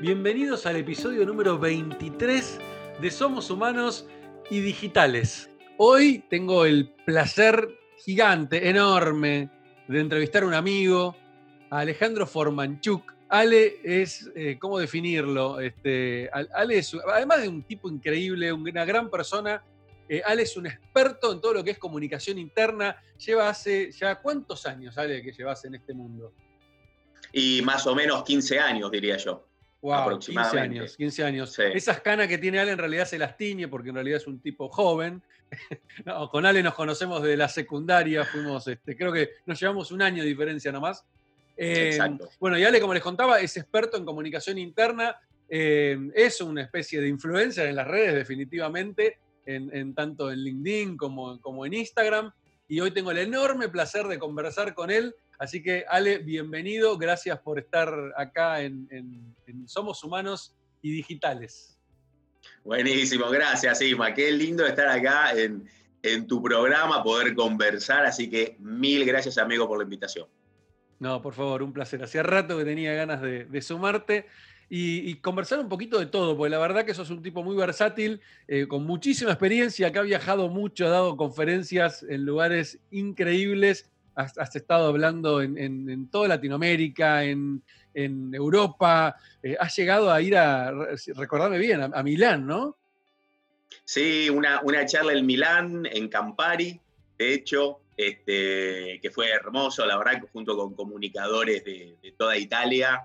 Bienvenidos al episodio número 23 de Somos Humanos y Digitales. Hoy tengo el placer gigante, enorme, de entrevistar a un amigo, a Alejandro Formanchuk. Ale es, ¿cómo definirlo? Ale es, además de un tipo increíble, una gran persona, Ale es un experto en todo lo que es comunicación interna. Lleva hace ya, ¿cuántos años, Ale, que llevas en este mundo? Y más o menos 15 años, diría yo. Wow, Aproximadamente. 15 años. Sí. Esas canas que tiene Ale en realidad se las tiñe porque en realidad es un tipo joven. No, con Ale nos conocemos de la secundaria, fuimos, creo que nos llevamos un año de diferencia nomás. Exacto. Bueno, y Ale, como les contaba, es experto en comunicación interna, es una especie de influencer en las redes, definitivamente, tanto en LinkedIn como en Instagram. Y hoy tengo el enorme placer de conversar con él. Así que, Ale, bienvenido. Gracias por estar acá en Somos Humanos y Digitales. Buenísimo, gracias, Isma. Qué lindo estar acá en tu programa, poder conversar. Así que mil gracias, amigo, por la invitación. No, por favor, un placer. Hacía rato que tenía ganas de sumarte y conversar un poquito de todo, porque la verdad que sos un tipo muy versátil, con muchísima experiencia, que ha viajado mucho, ha dado conferencias en lugares increíbles. Has estado hablando en toda Latinoamérica, en Europa. Has llegado a ir recordame bien, a Milán, ¿no? Sí, una charla en Milán, en Campari, de hecho, que fue hermoso, la verdad, junto con comunicadores de toda Italia.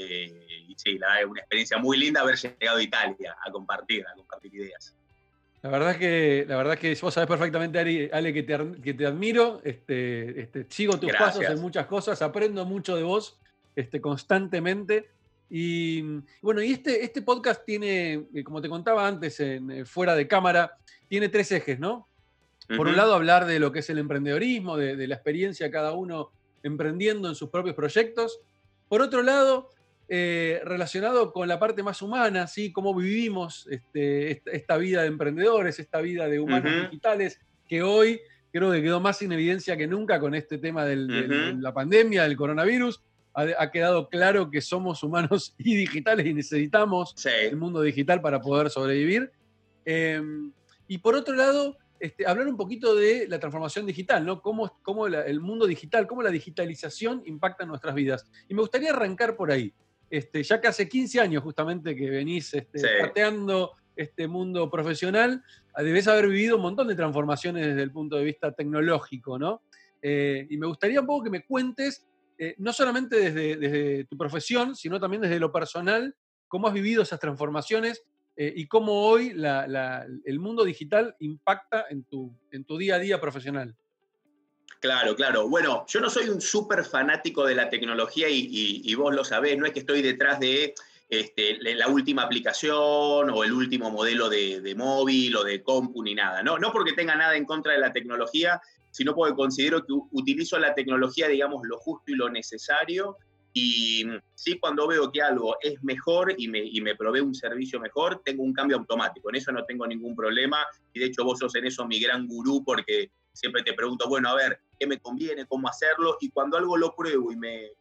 Y sí, la verdad, una experiencia muy linda haber llegado a Italia a compartir ideas. La verdad es que vos sabés perfectamente, Ale, que te admiro. Sigo tus pasos en muchas cosas, aprendo mucho de vos constantemente. Y bueno, y este podcast tiene, como te contaba antes, fuera de cámara, tiene tres ejes, ¿no? Por un lado, hablar de lo que es el emprendedorismo, de la experiencia de cada uno emprendiendo en sus propios proyectos. Por otro lado, relacionado con la parte más humana, ¿sí? Cómo vivimos esta vida de emprendedores, esta vida de humanos digitales, que hoy creo que quedó más en evidencia que nunca con este tema de la pandemia, del coronavirus. Ha quedado claro que somos humanos y digitales y necesitamos el mundo digital para poder sobrevivir. Y por otro lado, hablar un poquito de la transformación digital, ¿no? Cómo el mundo digital, cómo la digitalización impacta en nuestras vidas. Y me gustaría arrancar por ahí. Ya que hace 15 años justamente que venís pateando este mundo profesional, debes haber vivido un montón de transformaciones desde el punto de vista tecnológico, ¿no? Y me gustaría un poco que me cuentes, no solamente desde tu profesión, sino también desde lo personal, cómo has vivido esas transformaciones y cómo hoy el mundo digital impacta en tu día a día profesional. Claro, claro. Bueno, yo no soy un súper fanático de la tecnología y vos lo sabés, no es que estoy detrás de la última aplicación o el último modelo de móvil o de compu ni nada. No porque tenga nada en contra de la tecnología, sino porque considero que utilizo la tecnología, digamos, lo justo y lo necesario. Y sí, cuando veo que algo es mejor y me provee un servicio mejor, tengo un cambio automático. En eso no tengo ningún problema. Y de hecho vos sos en eso mi gran gurú, porque siempre te pregunto, bueno, a ver, ¿qué me conviene? ¿Cómo hacerlo? Y cuando algo lo pruebo y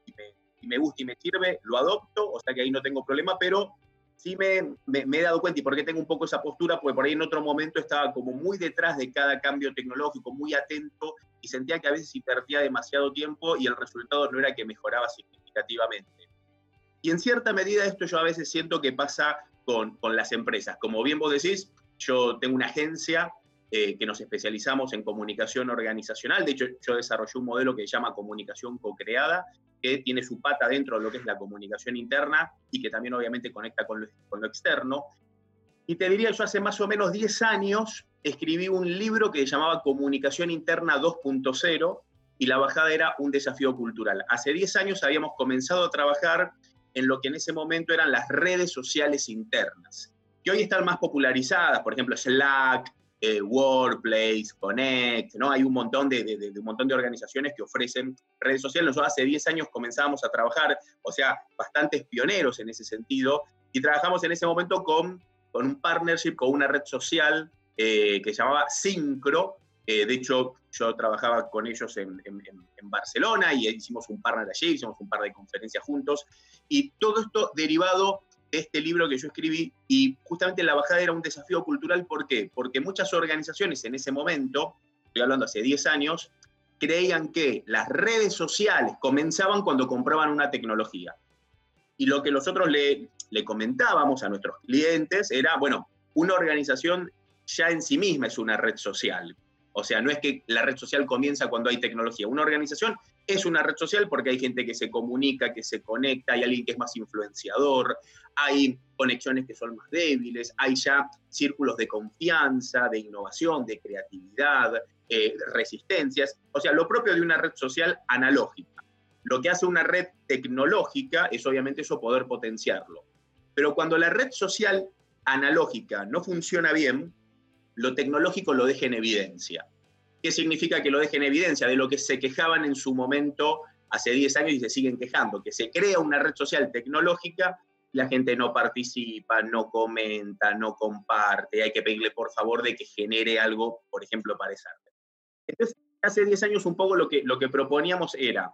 me gusta y me sirve, lo adopto. O sea que ahí no tengo problema, pero sí me he dado cuenta, y por qué tengo un poco esa postura, porque por ahí en otro momento estaba como muy detrás de cada cambio tecnológico, muy atento, y sentía que a veces invertía demasiado tiempo y el resultado no era que mejoraba significativamente. Y en cierta medida esto yo a veces siento que pasa con las empresas. Como bien vos decís, yo tengo una agencia que nos especializamos en comunicación organizacional. De hecho, yo desarrollé un modelo que se llama comunicación co-creada, que tiene su pata dentro de lo que es la comunicación interna y que también obviamente conecta con lo externo. Y te diría, yo hace más o menos 10 años escribí un libro que se llamaba Comunicación Interna 2.0 y la bajada era un desafío cultural. Hace 10 años habíamos comenzado a trabajar en lo que en ese momento eran las redes sociales internas, que hoy están más popularizadas, por ejemplo, Slack, Workplace, Connect, ¿no? Hay un montón de organizaciones que ofrecen redes sociales. Nosotros hace 10 años comenzábamos a trabajar, o sea, bastantes pioneros en ese sentido, y trabajamos en ese momento con un partnership, con una red social que se llamaba Syncro. De hecho, yo trabajaba con ellos en Barcelona y hicimos un partner allí, hicimos un par de conferencias juntos, y todo esto derivado este libro que yo escribí, y justamente la bajada era un desafío cultural. ¿Por qué? Porque muchas organizaciones en ese momento, estoy hablando hace 10 años, creían que las redes sociales comenzaban cuando compraban una tecnología. Y lo que nosotros le comentábamos a nuestros clientes era, bueno, una organización ya en sí misma es una red social. O sea, no es que la red social comienza cuando hay tecnología. Una organización es una red social porque hay gente que se comunica, que se conecta, hay alguien que es más influenciador, hay conexiones que son más débiles, hay ya círculos de confianza, de innovación, de creatividad, resistencias. O sea, lo propio de una red social analógica. Lo que hace una red tecnológica es obviamente eso, poder potenciarlo. Pero cuando la red social analógica no funciona bien, lo tecnológico lo deja en evidencia. ¿Qué significa que lo deja en evidencia? De lo que se quejaban en su momento hace 10 años y se siguen quejando, que se crea una red social tecnológica, la gente no participa, no comenta, no comparte, hay que pedirle por favor de que genere algo, por ejemplo, para esa red. Entonces, hace 10 años un poco lo que proponíamos era,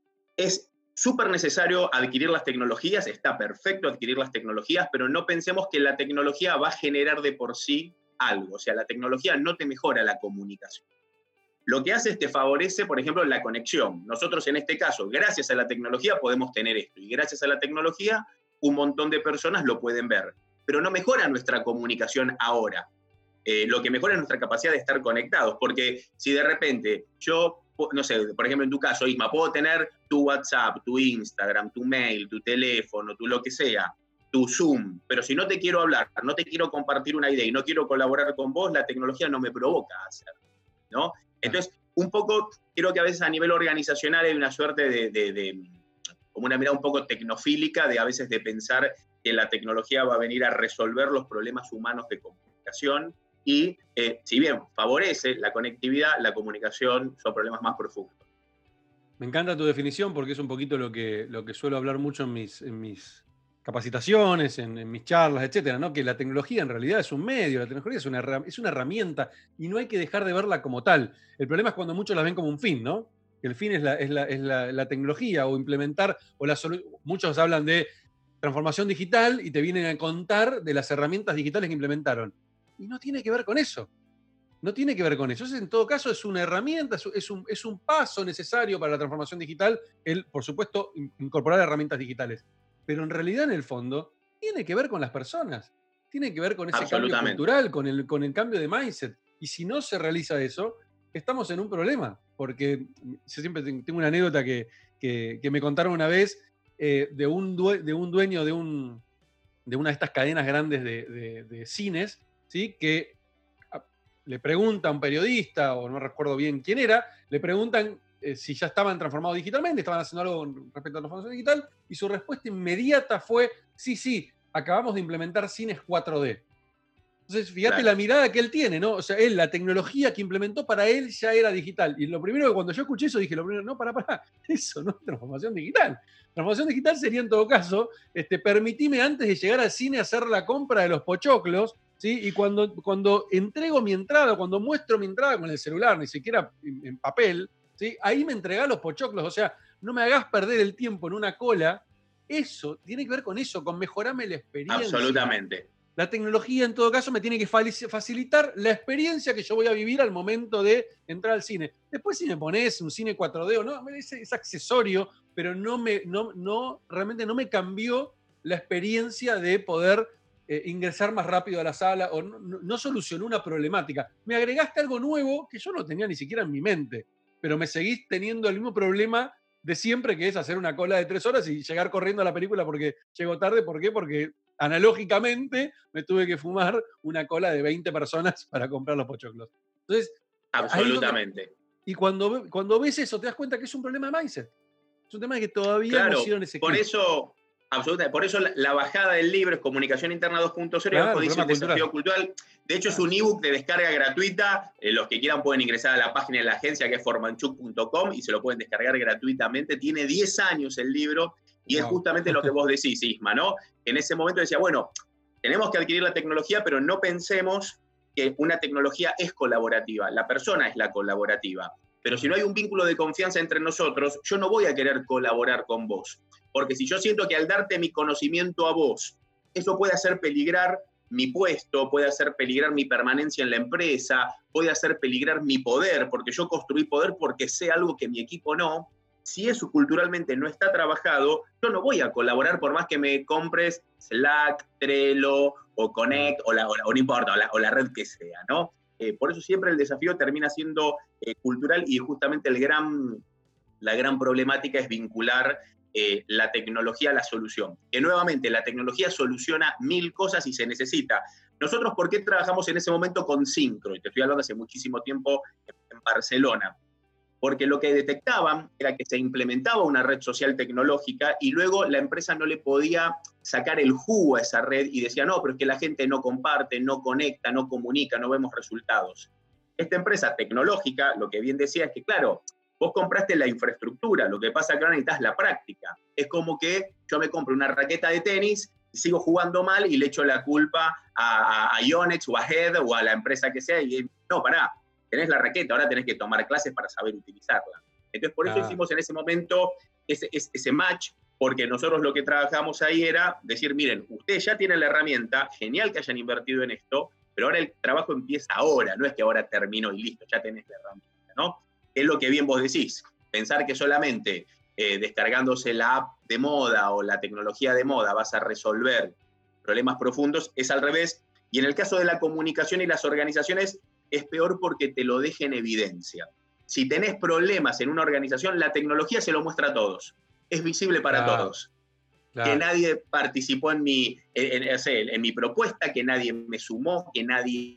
es súper necesario adquirir las tecnologías, está perfecto adquirir las tecnologías, pero no pensemos que la tecnología va a generar de por sí algo. O sea, la tecnología no te mejora la comunicación. Lo que hace es te favorece, por ejemplo, la conexión. Nosotros en este caso, gracias a la tecnología, podemos tener esto. Y gracias a la tecnología, un montón de personas lo pueden ver. Pero no mejora nuestra comunicación ahora. Lo que mejora es nuestra capacidad de estar conectados. Porque si de repente yo, no sé, por ejemplo en tu caso, Isma, puedo tener tu WhatsApp, tu Instagram, tu mail, tu teléfono, tu lo que sea, tu Zoom, pero si no te quiero hablar, no te quiero compartir una idea y no quiero colaborar con vos, la tecnología no me provoca hacerlo, ¿no? Entonces, un poco, creo que a veces a nivel organizacional hay una suerte de como una mirada un poco tecnofílica, de a veces de pensar que la tecnología va a venir a resolver los problemas humanos de comunicación, y si bien favorece la conectividad, la comunicación son problemas más profundos. Me encanta tu definición porque es un poquito lo que suelo hablar mucho en mis capacitaciones, en mis charlas, etcétera, ¿no? Que la tecnología en realidad es un medio, la tecnología es una herramienta y no hay que dejar de verla como tal. El problema es cuando muchos la ven como un fin, ¿no? Que el fin es la tecnología o implementar, muchos hablan de transformación digital y te vienen a contar de las herramientas digitales que implementaron. Y no tiene que ver con eso. No tiene que ver con eso. En todo caso, es una herramienta, es un paso necesario para la transformación digital, por supuesto, incorporar herramientas digitales. Pero en realidad, en el fondo, tiene que ver con las personas. Tiene que ver con ese cambio cultural, con el cambio de mindset. Y si no se realiza eso, estamos en un problema. Porque yo siempre tengo una anécdota que me contaron una vez de un dueño de una de estas cadenas grandes de cines, ¿sí? Que le pregunta a un periodista, o no recuerdo bien quién era, le preguntan si ya estaban transformados digitalmente, estaban haciendo algo respecto a la transformación digital, y su respuesta inmediata fue, sí, acabamos de implementar cines 4D. Entonces, fíjate la mirada que él tiene, ¿no? O sea, la tecnología que implementó para él ya era digital. Y lo primero que cuando yo escuché eso dije, no, para, eso no es transformación digital. Transformación digital sería en todo caso, permitime antes de llegar al cine hacer la compra de los pochoclos, ¿sí? Y cuando entrego mi entrada, cuando muestro mi entrada con el celular, ni siquiera en papel, ¿sí? Ahí me entregás los pochoclos. O sea, no me hagas perder el tiempo en una cola. Eso tiene que ver con eso, con mejorarme la experiencia. Absolutamente. La tecnología, en todo caso, me tiene que facilitar la experiencia que yo voy a vivir al momento de entrar al cine. Después, si me pones un cine 4D o no, es accesorio, pero realmente no me cambió la experiencia de poder ingresar más rápido a la sala, o no solucionó una problemática. Me agregaste algo nuevo que yo no tenía ni siquiera en mi mente, pero me seguís teniendo el mismo problema de siempre, que es hacer una cola de 3 horas y llegar corriendo a la película porque llego tarde. ¿Por qué? Porque analógicamente me tuve que fumar una cola de 20 personas para comprar los pochoclos. Entonces, absolutamente. Y cuando ves eso, te das cuenta que es un problema de mindset. Es un tema de que todavía no hicieron ese clic. Por eso la bajada del libro es Comunicación Interna 2.0, y abajo dice un desafío cultural. De hecho, es un ebook de descarga gratuita. Los que quieran pueden ingresar a la página de la agencia, que es formanchuk.com, y se lo pueden descargar gratuitamente. Tiene 10 años el libro, y es justamente lo que vos decís, Isma, ¿no? En ese momento decía, bueno, tenemos que adquirir la tecnología, pero no pensemos que una tecnología es colaborativa. La persona es la colaborativa. Pero si no hay un vínculo de confianza entre nosotros, yo no voy a querer colaborar con vos. Porque si yo siento que al darte mi conocimiento a vos, eso puede hacer peligrar mi puesto, puede hacer peligrar mi permanencia en la empresa, puede hacer peligrar mi poder, porque yo construí poder porque sé algo que mi equipo no. Si eso culturalmente no está trabajado, yo no voy a colaborar por más que me compres Slack, Trello o Connect o no importa, o la red que sea, ¿no? Por eso siempre el desafío termina siendo cultural y justamente la gran problemática es vincular la tecnología a la solución. Que nuevamente la tecnología soluciona 1000 cosas y se necesita. Nosotros, ¿por qué trabajamos en ese momento con Syncro? Y te estoy hablando hace muchísimo tiempo en Barcelona. Porque lo que detectaban era que se implementaba una red social tecnológica y luego la empresa no le podía sacar el jugo a esa red y decía, no, pero es que la gente no comparte, no conecta, no comunica, no vemos resultados. Esta empresa tecnológica, lo que bien decía es que, claro, vos compraste la infraestructura, lo que pasa es que ahora necesitas la práctica. Es como que yo me compro una raqueta de tenis, sigo jugando mal y le echo la culpa a Yonex o a Head o a la empresa que sea y no, pará, tenés la raqueta, ahora tenés que tomar clases para saber utilizarla. Entonces por eso hicimos en ese momento ese match, porque nosotros lo que trabajamos ahí era decir, miren, ustedes ya tienen la herramienta, genial que hayan invertido en esto, pero ahora el trabajo empieza ahora, no es que ahora terminó y listo, ya tenés la herramienta, ¿no? Es lo que bien vos decís, pensar que solamente descargándose la app de moda o la tecnología de moda vas a resolver problemas profundos, es al revés. Y en el caso de la comunicación y las organizaciones, es peor porque te lo deja en evidencia. Si tenés problemas en una organización, la tecnología se lo muestra a todos. Es visible para todos. Claro. Que nadie participó en mi propuesta, que nadie me sumó, que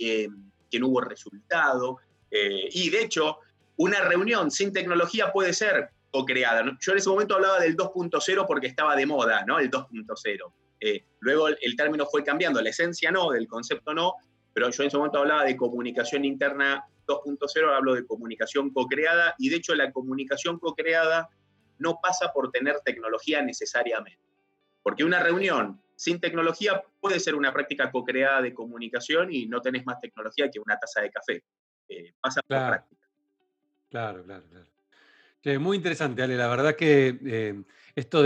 no hubo resultado. Y de hecho, una reunión sin tecnología puede ser co-creada. Yo en ese momento hablaba del 2.0 porque estaba de moda, ¿no? El 2.0. Luego el término fue cambiando, la esencia no, del concepto no, pero yo en ese momento hablaba de comunicación interna 2.0, hablo de comunicación co-creada, y de hecho la comunicación co-creada no pasa por tener tecnología necesariamente. Porque una reunión sin tecnología puede ser una práctica co-creada de comunicación y no tenés más tecnología que una taza de café. Pasa por práctica. Claro. Muy interesante, Ale. La verdad que esto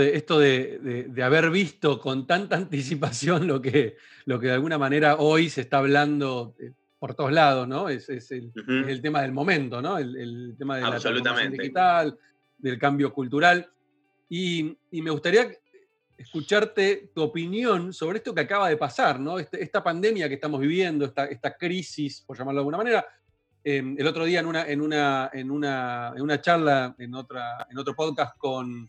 de haber visto con tanta anticipación lo que de alguna manera hoy se está hablando por todos lados, ¿no? Es el tema del momento, ¿no? El tema de la transformación digital, del cambio cultural. Y me gustaría escucharte tu opinión sobre esto que acaba de pasar, ¿no? Esta pandemia que estamos viviendo, esta crisis, por llamarlo de alguna manera. El otro día en una charla, en otro podcast con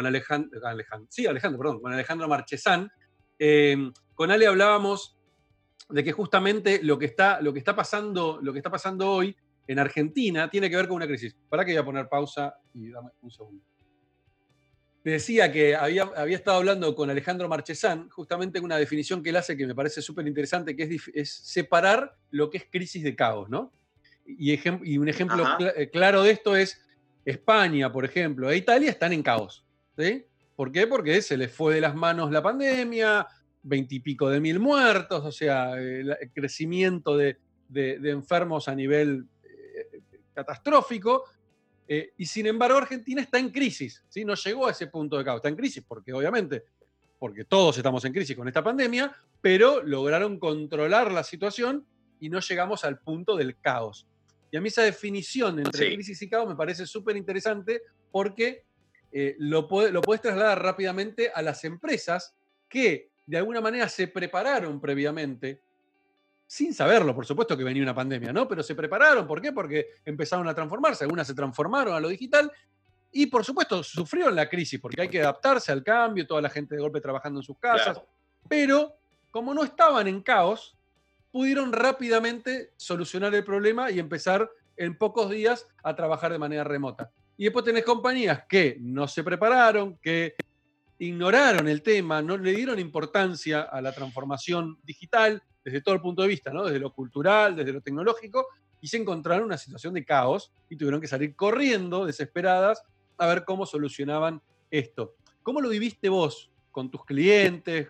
Alejandro Marchesán, con Ale hablábamos de que justamente lo que está pasando hoy en Argentina tiene que ver con una crisis. Para que voy a poner pausa y dame un segundo. Te decía que había estado hablando con Alejandro Marchesán, justamente una definición que él hace que me parece súper interesante, que es separar lo que es crisis de caos, ¿no? Y un ejemplo claro de esto es España, por ejemplo, e Italia están en caos. ¿Sí? ¿Por qué? Porque se les fue de las manos la pandemia, 20 y pico de mil muertos, o sea, el crecimiento de enfermos a nivel catastrófico. Y sin embargo, Argentina está en crisis, ¿sí? No llegó a ese punto de caos. Está en crisis porque, obviamente, porque todos estamos en crisis con esta pandemia, pero lograron controlar la situación y no llegamos al punto del caos. Y a mí esa definición entre crisis y caos me parece súper interesante porque lo podés trasladar rápidamente a las empresas que de alguna manera se prepararon previamente, sin saberlo, por supuesto que venía una pandemia, ¿no? Pero se prepararon, ¿por qué? Porque empezaron a transformarse, algunas se transformaron a lo digital y por supuesto sufrieron la crisis porque hay que adaptarse al cambio, toda la gente de golpe trabajando en sus casas, claro. Pero como no estaban en caos, pudieron rápidamente solucionar el problema y empezar en pocos días a trabajar de manera remota. Y después tenés compañías que no se prepararon, que ignoraron el tema, no le dieron importancia a la transformación digital desde todo el punto de vista, ¿no? Desde lo cultural, desde lo tecnológico, y se encontraron en una situación de caos y tuvieron que salir corriendo, desesperadas, a ver cómo solucionaban esto. ¿Cómo lo viviste vos con tus clientes,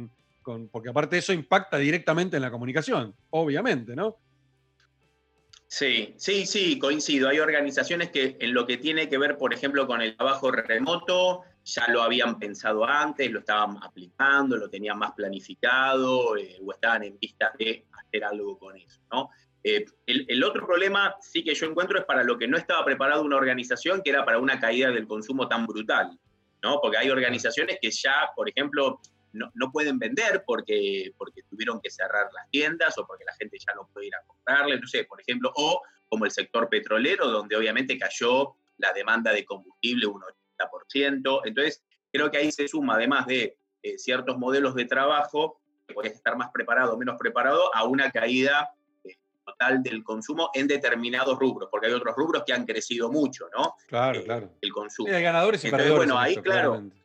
porque aparte de eso impacta directamente en la comunicación, obviamente, ¿no? Sí, coincido. Hay organizaciones que en lo que tiene que ver, por ejemplo, con el trabajo remoto, ya lo habían pensado antes, lo estaban aplicando, lo tenían más planificado, o estaban en vistas de hacer algo con eso, ¿no? El otro problema sí que yo encuentro es para lo que no estaba preparada una organización, que era para una caída del consumo tan brutal, ¿no? Porque hay organizaciones que ya, por ejemplo, no pueden vender porque tuvieron que cerrar las tiendas o porque la gente ya no puede ir a comprarle, no sé, por ejemplo, o como el sector petrolero, donde obviamente cayó la demanda de combustible un 80%. Entonces, creo que ahí se suma, además de ciertos modelos de trabajo, que podés estar más preparado o menos preparado, a una caída total del consumo en determinados rubros, porque hay otros rubros que han crecido mucho, ¿no? Claro, claro. El consumo. Sí, hay ganadores y Entonces, perdedores bueno, en ahí, esto, claro. claramente.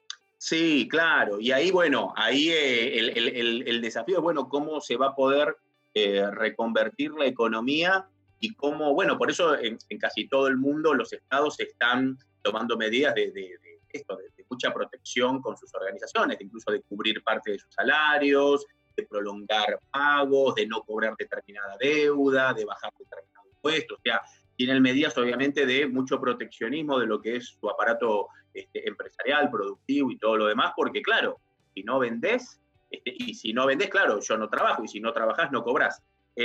Sí, claro. Y ahí, bueno, ahí el desafío es, bueno, cómo se va a poder reconvertir la economía y cómo, bueno, por eso en casi todo el mundo los estados están tomando medidas de mucha protección con sus organizaciones, incluso de cubrir parte de sus salarios, de prolongar pagos, de no cobrar determinada deuda, de bajar determinados impuestos. O sea, tienen medidas obviamente de mucho proteccionismo de lo que es su aparato empresarial, productivo y todo lo demás, porque claro, si no vendés, y si no vendés, claro, yo no trabajo, y si no trabajás, no cobrás.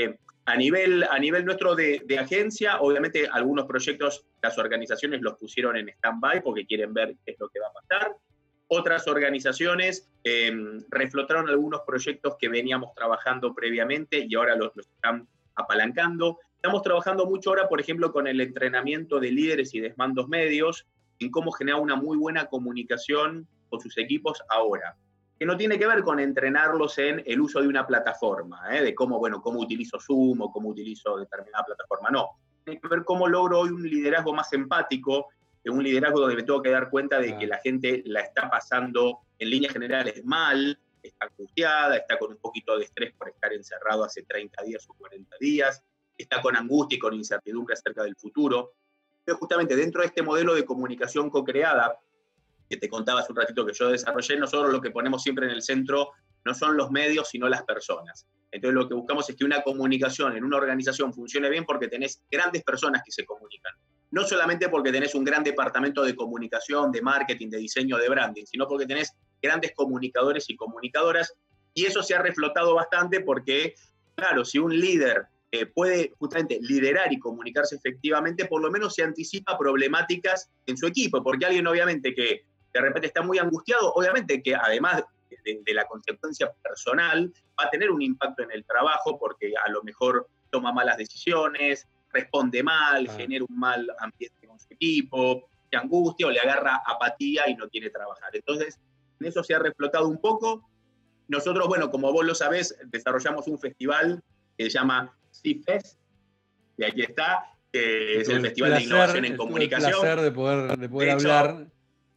A nivel nuestro de agencia, obviamente algunos proyectos las organizaciones los pusieron en stand-by porque quieren ver qué es lo que va a pasar. Otras organizaciones reflotaron algunos proyectos que veníamos trabajando previamente y ahora los están apalancando. Estamos trabajando mucho ahora, por ejemplo, con el entrenamiento de líderes y desmandos medios, en cómo generar una muy buena comunicación con sus equipos ahora, que no tiene que ver con entrenarlos en el uso de una plataforma, de cómo utilizo Zoom o cómo utilizo determinada plataforma, no. Tiene que ver cómo logro hoy un liderazgo más empático, un liderazgo donde me tengo que dar cuenta de que la gente la está pasando en líneas generales mal, está angustiada, está con un poquito de estrés por estar encerrado hace 30 días o 40 días, está con angustia y con incertidumbre acerca del futuro. Pero justamente dentro de este modelo de comunicación co-creada, que te contaba hace un ratito que yo desarrollé, nosotros lo que ponemos siempre en el centro no son los medios, sino las personas. Entonces lo que buscamos es que una comunicación en una organización funcione bien porque tenés grandes personas que se comunican. No solamente porque tenés un gran departamento de comunicación, de marketing, de diseño, de branding, sino porque tenés grandes comunicadores y comunicadoras. Y eso se ha reflotado bastante porque, claro, si un líder puede justamente liderar y comunicarse efectivamente, por lo menos se anticipa problemáticas en su equipo, porque alguien obviamente que de repente está muy angustiado, obviamente que además de la consecuencia personal, va a tener un impacto en el trabajo porque a lo mejor toma malas decisiones, responde mal, genera un mal ambiente con su equipo, se angustia o le agarra apatía y no quiere trabajar. Entonces, en eso se ha reflotado un poco. Nosotros, bueno, como vos lo sabés, desarrollamos un festival que se llama CIFES, y aquí está, que es el Festival de Innovación en Comunicación. El placer de poder hablar.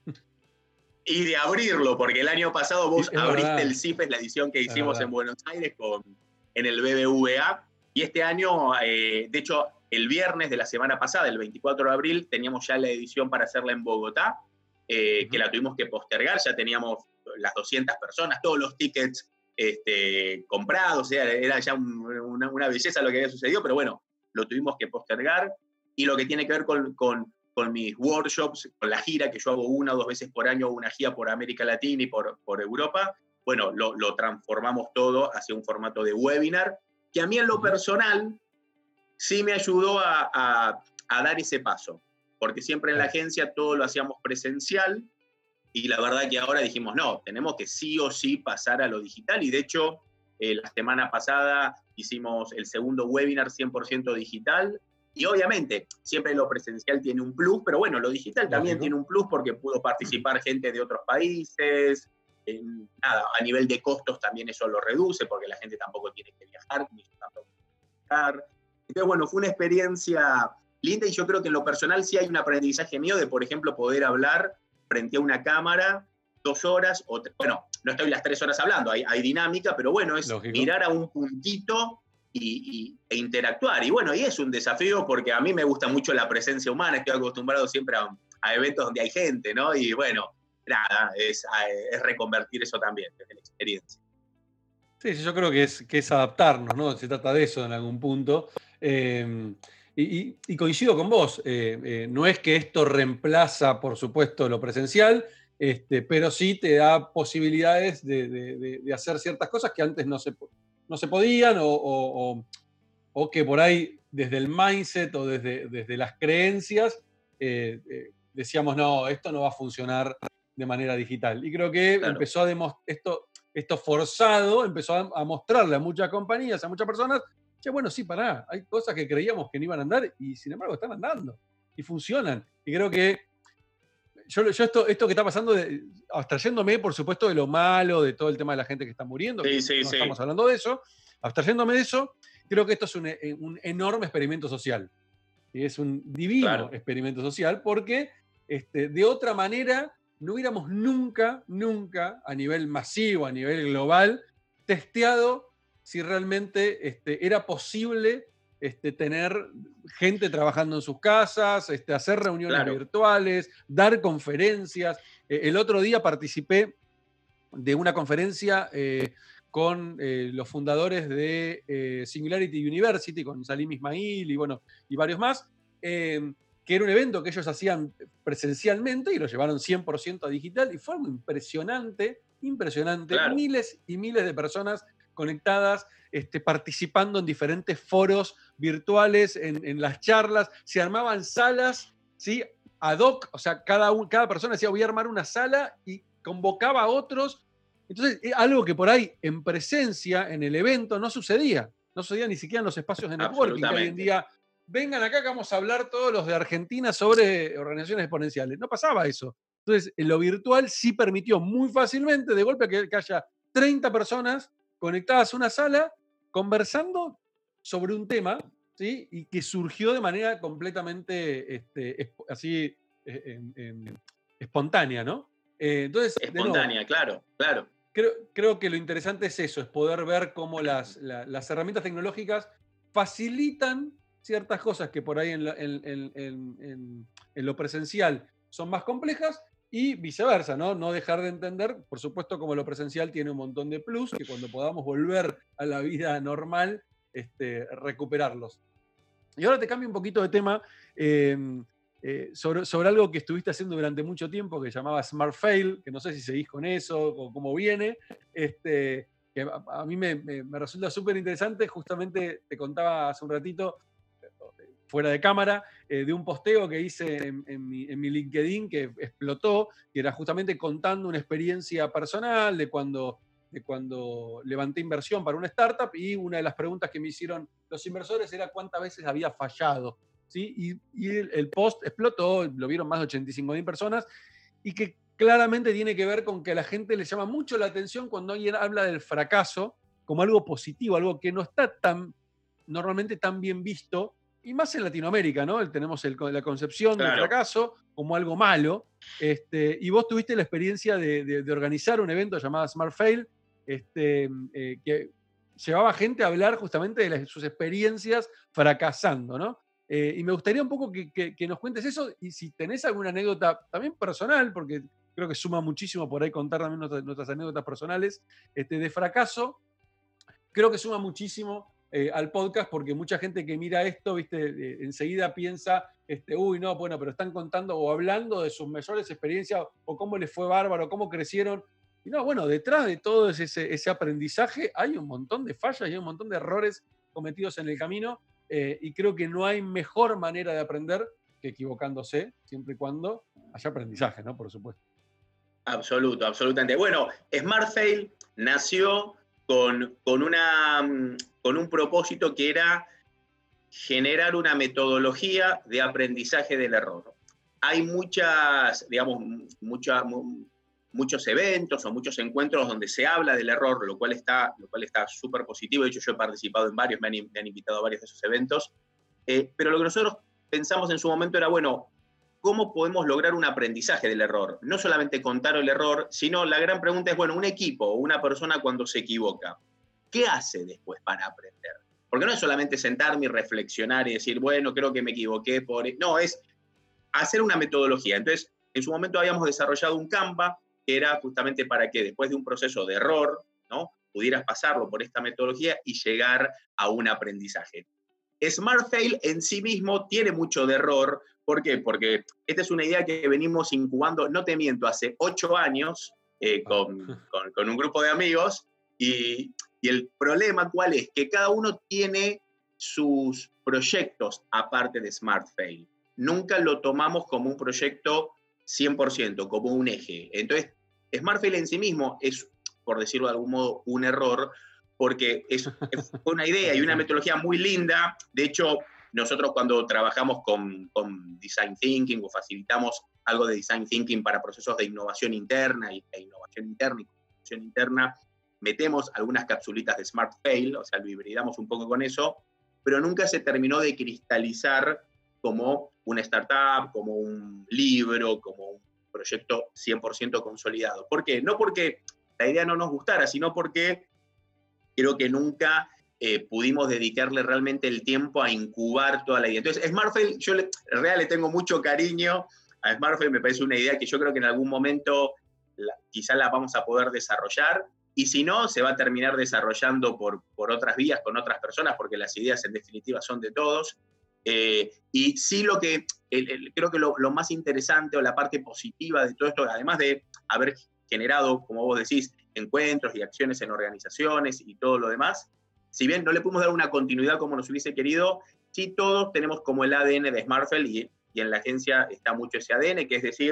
Y de abrirlo, porque el año pasado vos abriste el CIFES, la edición que hicimos en Buenos Aires en el BBVA, y este año, de hecho, el viernes de la semana pasada, el 24 de abril, teníamos ya la edición para hacerla en Bogotá, que la tuvimos que postergar, ya teníamos las 200 personas, todos los tickets comprados, o sea, era ya una belleza lo que había sucedido, pero bueno, lo tuvimos que postergar, y lo que tiene que ver con mis workshops, con la gira, que yo hago 1 o 2 veces por año, una gira por América Latina y por Europa, bueno, lo transformamos todo hacia un formato de webinar, que a mí en lo personal sí me ayudó a dar ese paso, porque siempre en la agencia todo lo hacíamos presencial, y la verdad que ahora dijimos, no, tenemos que sí o sí pasar a lo digital, y de hecho, la semana pasada hicimos el segundo webinar 100% digital, y obviamente, siempre lo presencial tiene un plus, pero bueno, lo digital también tiene un plus porque pudo participar gente de otros países, nada, a nivel de costos también eso lo reduce, porque la gente tampoco tiene que viajar, ni tampoco viajar. Entonces, bueno, fue una experiencia linda, y yo creo que en lo personal sí hay un aprendizaje mío de, por ejemplo, poder hablar frente a una cámara 2 horas, bueno, no estoy las 3 horas hablando, hay dinámica, pero bueno, es mirar a un puntito e interactuar. Y bueno, y es un desafío porque a mí me gusta mucho la presencia humana, estoy acostumbrado siempre a eventos donde hay gente, ¿no? Y bueno, nada, es reconvertir eso también desde la experiencia. Sí, sí, yo creo que es adaptarnos, ¿no? Se trata de eso en algún punto. Y coincido con vos, no es que esto reemplaza, por supuesto, lo presencial, pero sí te da posibilidades de hacer ciertas cosas que antes no se podían o que por ahí desde el mindset o desde las creencias decíamos, no, esto no va a funcionar de manera digital. Y creo que Claro, empezó esto forzado, empezó a mostrarle a muchas compañías, a muchas personas, che, bueno, sí, pará, hay cosas que creíamos que no iban a andar y sin embargo están andando y funcionan. Y creo que yo esto que está pasando, abstrayéndome, por supuesto, de lo malo, de todo el tema de la gente que está muriendo, sí, que sí, no sí, estamos hablando de eso, abstrayéndome de eso, creo que esto es un enorme experimento social. Y es un divino claro, experimento social porque de otra manera no hubiéramos nunca, nunca, a nivel masivo, a nivel global, testeado si realmente era posible tener gente trabajando en sus casas, hacer reuniones claro, virtuales, dar conferencias. El otro día participé de una conferencia con los fundadores de Singularity University, con Salim Ismail y, bueno, y varios más, que era un evento que ellos hacían presencialmente y lo llevaron 100% a digital y fue algo impresionante, impresionante, claro, miles y miles de personas conectadas, participando en diferentes foros virtuales, en las charlas, se armaban salas, ¿sí? Ad hoc, o sea, cada persona decía, voy a armar una sala y convocaba a otros. Entonces, algo que por ahí en presencia, en el evento, no sucedía ni siquiera en los espacios de networking, que hoy en absolutamente, día, vengan acá que vamos a hablar todos los de Argentina sobre organizaciones exponenciales. No pasaba eso. Entonces, en lo virtual sí permitió muy fácilmente, de golpe, que haya 30 personas conectadas a una sala, conversando sobre un tema, ¿sí? Y que surgió de manera completamente así espontánea, ¿no? Entonces, de nuevo, espontánea, claro, claro, creo que lo interesante es eso, es poder ver cómo las herramientas tecnológicas facilitan ciertas cosas que por ahí en lo presencial son más complejas y viceversa, ¿no? No dejar de entender, por supuesto, como lo presencial tiene un montón de plus, que cuando podamos volver a la vida normal, recuperarlos. Y ahora te cambio un poquito de tema sobre algo que estuviste haciendo durante mucho tiempo que llamaba Smart Fail, que no sé si seguís con eso o cómo viene, que a mí me resulta súper interesante. Justamente te contaba hace un ratito, fuera de cámara, de un posteo que hice en mi LinkedIn que explotó, que era justamente contando una experiencia personal de cuando levanté inversión para una startup y una de las preguntas que me hicieron los inversores era cuántas veces había fallado. ¿Sí? Y el post explotó, lo vieron más de 85.000 personas y que claramente tiene que ver con que a la gente le llama mucho la atención cuando alguien habla del fracaso como algo positivo, algo que no está normalmente tan bien visto, y más en Latinoamérica, ¿no? Tenemos la concepción del claro. fracaso como algo malo, y vos tuviste la experiencia de organizar un evento llamado Smart Fail, que llevaba gente a hablar justamente de sus experiencias fracasando, ¿no? Y me gustaría un poco que nos cuentes eso y si tenés alguna anécdota también personal, porque creo que suma muchísimo por ahí contar también nuestras anécdotas personales de fracaso, creo que suma muchísimo al podcast porque mucha gente que mira esto, viste, enseguida piensa, uy, no, bueno, pero están contando o hablando de sus mejores experiencias o cómo les fue bárbaro, cómo crecieron. Y no, bueno, detrás de todo ese aprendizaje hay un montón de fallas y hay un montón de errores cometidos en el camino y creo que no hay mejor manera de aprender que equivocándose, siempre y cuando haya aprendizaje, ¿no? Por supuesto. Absoluto, absolutamente. Bueno, Smart Fail nació con un propósito que era generar una metodología de aprendizaje del error. Hay digamos, muchos eventos o muchos encuentros donde se habla del error, lo cual está súper positivo. De hecho, yo he participado en varios, me han invitado a varios de esos eventos. Pero lo que nosotros pensamos en su momento era, bueno, ¿cómo podemos lograr un aprendizaje del error? No solamente contar el error, sino la gran pregunta es, bueno, un equipo o una persona cuando se equivoca, ¿qué hace después para aprender? Porque no es solamente sentarme y reflexionar y decir, bueno, creo que me equivoqué por... No, es hacer una metodología. Entonces, en su momento habíamos desarrollado un Canva que era justamente para que después de un proceso de error, ¿no? pudieras pasarlo por esta metodología y llegar a un aprendizaje. Smart Fail en sí mismo tiene mucho de error. ¿Por qué? Porque esta es una idea que venimos incubando, no te miento, hace 8 años con un grupo de amigos, y el problema ¿cuál es? Que cada uno tiene sus proyectos aparte de Smart Fail. Nunca lo tomamos como un proyecto 100%, como un eje. Entonces, Smart Fail en sí mismo es, por decirlo de algún modo, un error, porque es una idea y una metodología muy linda. De hecho, nosotros cuando trabajamos con Design Thinking o facilitamos algo de Design Thinking para procesos de innovación interna y comunicación interna, metemos algunas capsulitas de Smart Fail, o sea, lo hibridamos un poco con eso, pero nunca se terminó de cristalizar como una startup, como un libro, como un proyecto 100% consolidado. ¿Por qué? No porque la idea no nos gustara, sino porque creo que nunca pudimos dedicarle realmente el tiempo a incubar toda la idea. Entonces, Smart Fail, yo en realidad le tengo mucho cariño a Smart Fail, me parece una idea que yo creo que en algún momento quizás la vamos a poder desarrollar, y si no, se va a terminar desarrollando por otras vías, con otras personas, porque las ideas en definitiva son de todos. Y sí, creo que lo más interesante o la parte positiva de todo esto, además de haber generado, como vos decís, encuentros y acciones en organizaciones y todo lo demás, si bien no le pudimos dar una continuidad como nos hubiese querido, sí todos tenemos como el ADN de Smart Fail, y en la agencia está mucho ese ADN, que es decir,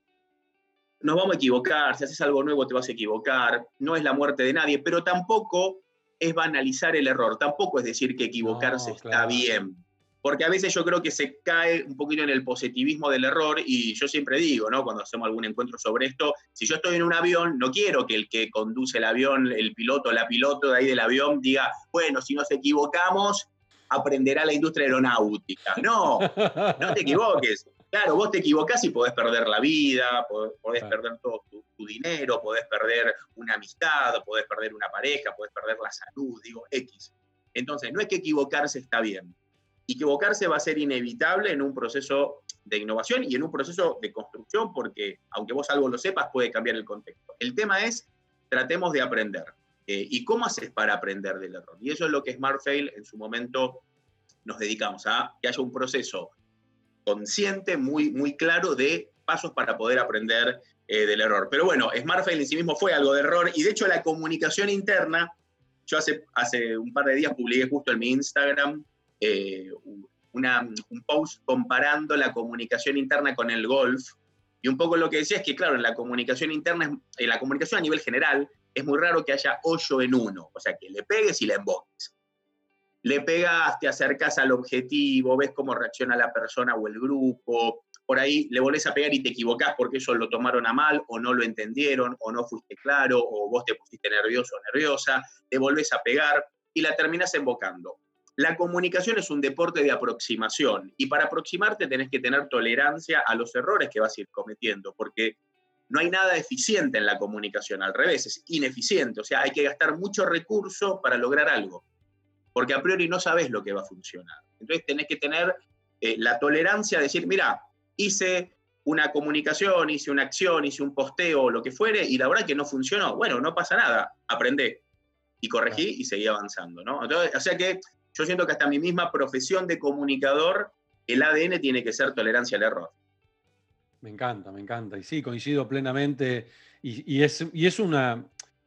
nos vamos a equivocar, si haces algo nuevo te vas a equivocar, no es la muerte de nadie, pero tampoco es banalizar el error, tampoco es decir que equivocarse está bien. Porque a veces yo creo que se cae un poquito en el positivismo del error, y yo siempre digo, ¿no? Cuando hacemos algún encuentro sobre esto, si yo estoy en un avión, no quiero que el que conduce el avión, el piloto, la piloto de ahí del avión, diga, bueno, si nos equivocamos, aprenderá la industria aeronáutica. No, no te equivoques. Claro, vos te equivocás y podés perder la vida, podés perder todo tu dinero, podés perder una amistad, podés perder una pareja, podés perder la salud, digo, X. Entonces, no es que equivocarse está bien. Equivocarse va a ser inevitable en un proceso de innovación y en un proceso de construcción, porque aunque vos algo lo sepas, puede cambiar el contexto. El tema es, tratemos de aprender. ¿Y cómo haces para aprender del error? Y eso es lo que Smart Fail en su momento nos dedicamos, a que haya un proceso consciente, muy, muy claro, de pasos para poder aprender del error. Pero bueno, Smart Fail en sí mismo fue algo de error, y de hecho la comunicación interna, yo hace un par de días publiqué justo en mi Instagram un post comparando la comunicación interna con el golf, y un poco lo que decía es que, claro, en la comunicación interna, en la comunicación a nivel general, es muy raro que haya hoyo en uno, o sea, que le pegues y la emboques. Le pegas, te acercas al objetivo, ves cómo reacciona la persona o el grupo, por ahí le volvés a pegar y te equivocás porque ellos lo tomaron a mal, o no lo entendieron, o no fuiste claro, o vos te pusiste nervioso o nerviosa, te volvés a pegar y la terminás embocando. La comunicación es un deporte de aproximación, y para aproximarte tenés que tener tolerancia a los errores que vas a ir cometiendo, porque no hay nada eficiente en la comunicación, al revés, es ineficiente, o sea, hay que gastar mucho recurso para lograr algo, porque a priori no sabés lo que va a funcionar. Entonces tenés que tener la tolerancia de decir, mira, hice una comunicación, hice una acción, hice un posteo, o lo que fuere, y la verdad que no funcionó. Bueno, no pasa nada, aprendé y corregí y seguí avanzando, ¿no? Entonces, o sea que yo siento que hasta mi misma profesión de comunicador, el ADN tiene que ser tolerancia al error. Me encanta, me encanta. Y sí, coincido plenamente. Y es una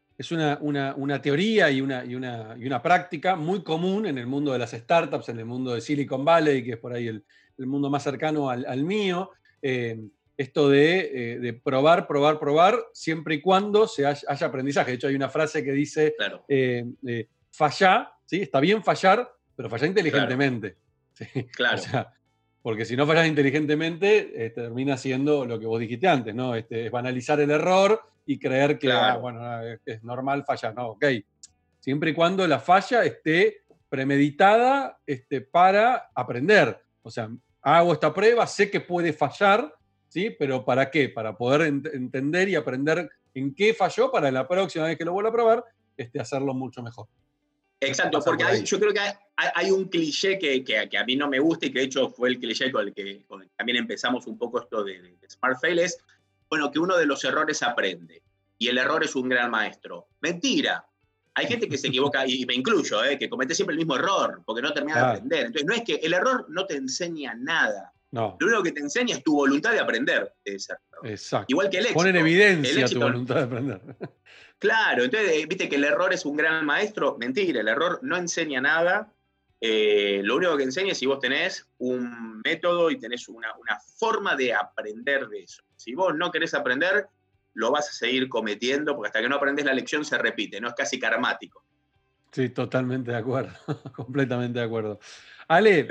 teoría y una práctica muy común en el mundo de las startups, en el mundo de Silicon Valley, que es por ahí el mundo más cercano al mío. Esto de probar, siempre y cuando haya aprendizaje. De hecho, hay una frase que dice, claro. Fallá, ¿sí? Está bien fallar, pero fallá inteligentemente. Claro. ¿Sí? Claro. O sea, porque si no fallas inteligentemente, termina siendo lo que vos dijiste antes, ¿no? Es banalizar el error y creer que, claro. Es normal fallar, ¿no? Ok. Siempre y cuando la falla esté premeditada para aprender. O sea, hago esta prueba, sé que puede fallar, ¿sí? Pero ¿para qué? Para poder entender y aprender en qué falló, para la próxima vez que lo vuelva a probar, hacerlo mucho mejor. Exacto, porque yo creo que hay un cliché que a mí no me gusta, y que de hecho fue el cliché con el que también empezamos un poco esto de Smart Fail, es, bueno, que uno de los errores aprende, y el error es un gran maestro. Mentira. Hay gente que se equivoca, y me incluyo, que comete siempre el mismo error, porque no termina de aprender. Entonces, no es que el error no te enseña nada. No. Lo único que te enseña es tu voluntad de aprender de ese error. Exacto. Igual que el éxito. Pone en evidencia tu voluntad de aprender. Claro, entonces, viste que el error es un gran maestro. Mentira, el error no enseña nada. Lo único que enseña es si vos tenés un método y tenés una forma de aprender de eso. Si vos no querés aprender, lo vas a seguir cometiendo, porque hasta que no aprendes la lección se repite, ¿no? Es casi karmático. Sí, totalmente de acuerdo, completamente de acuerdo. Ale,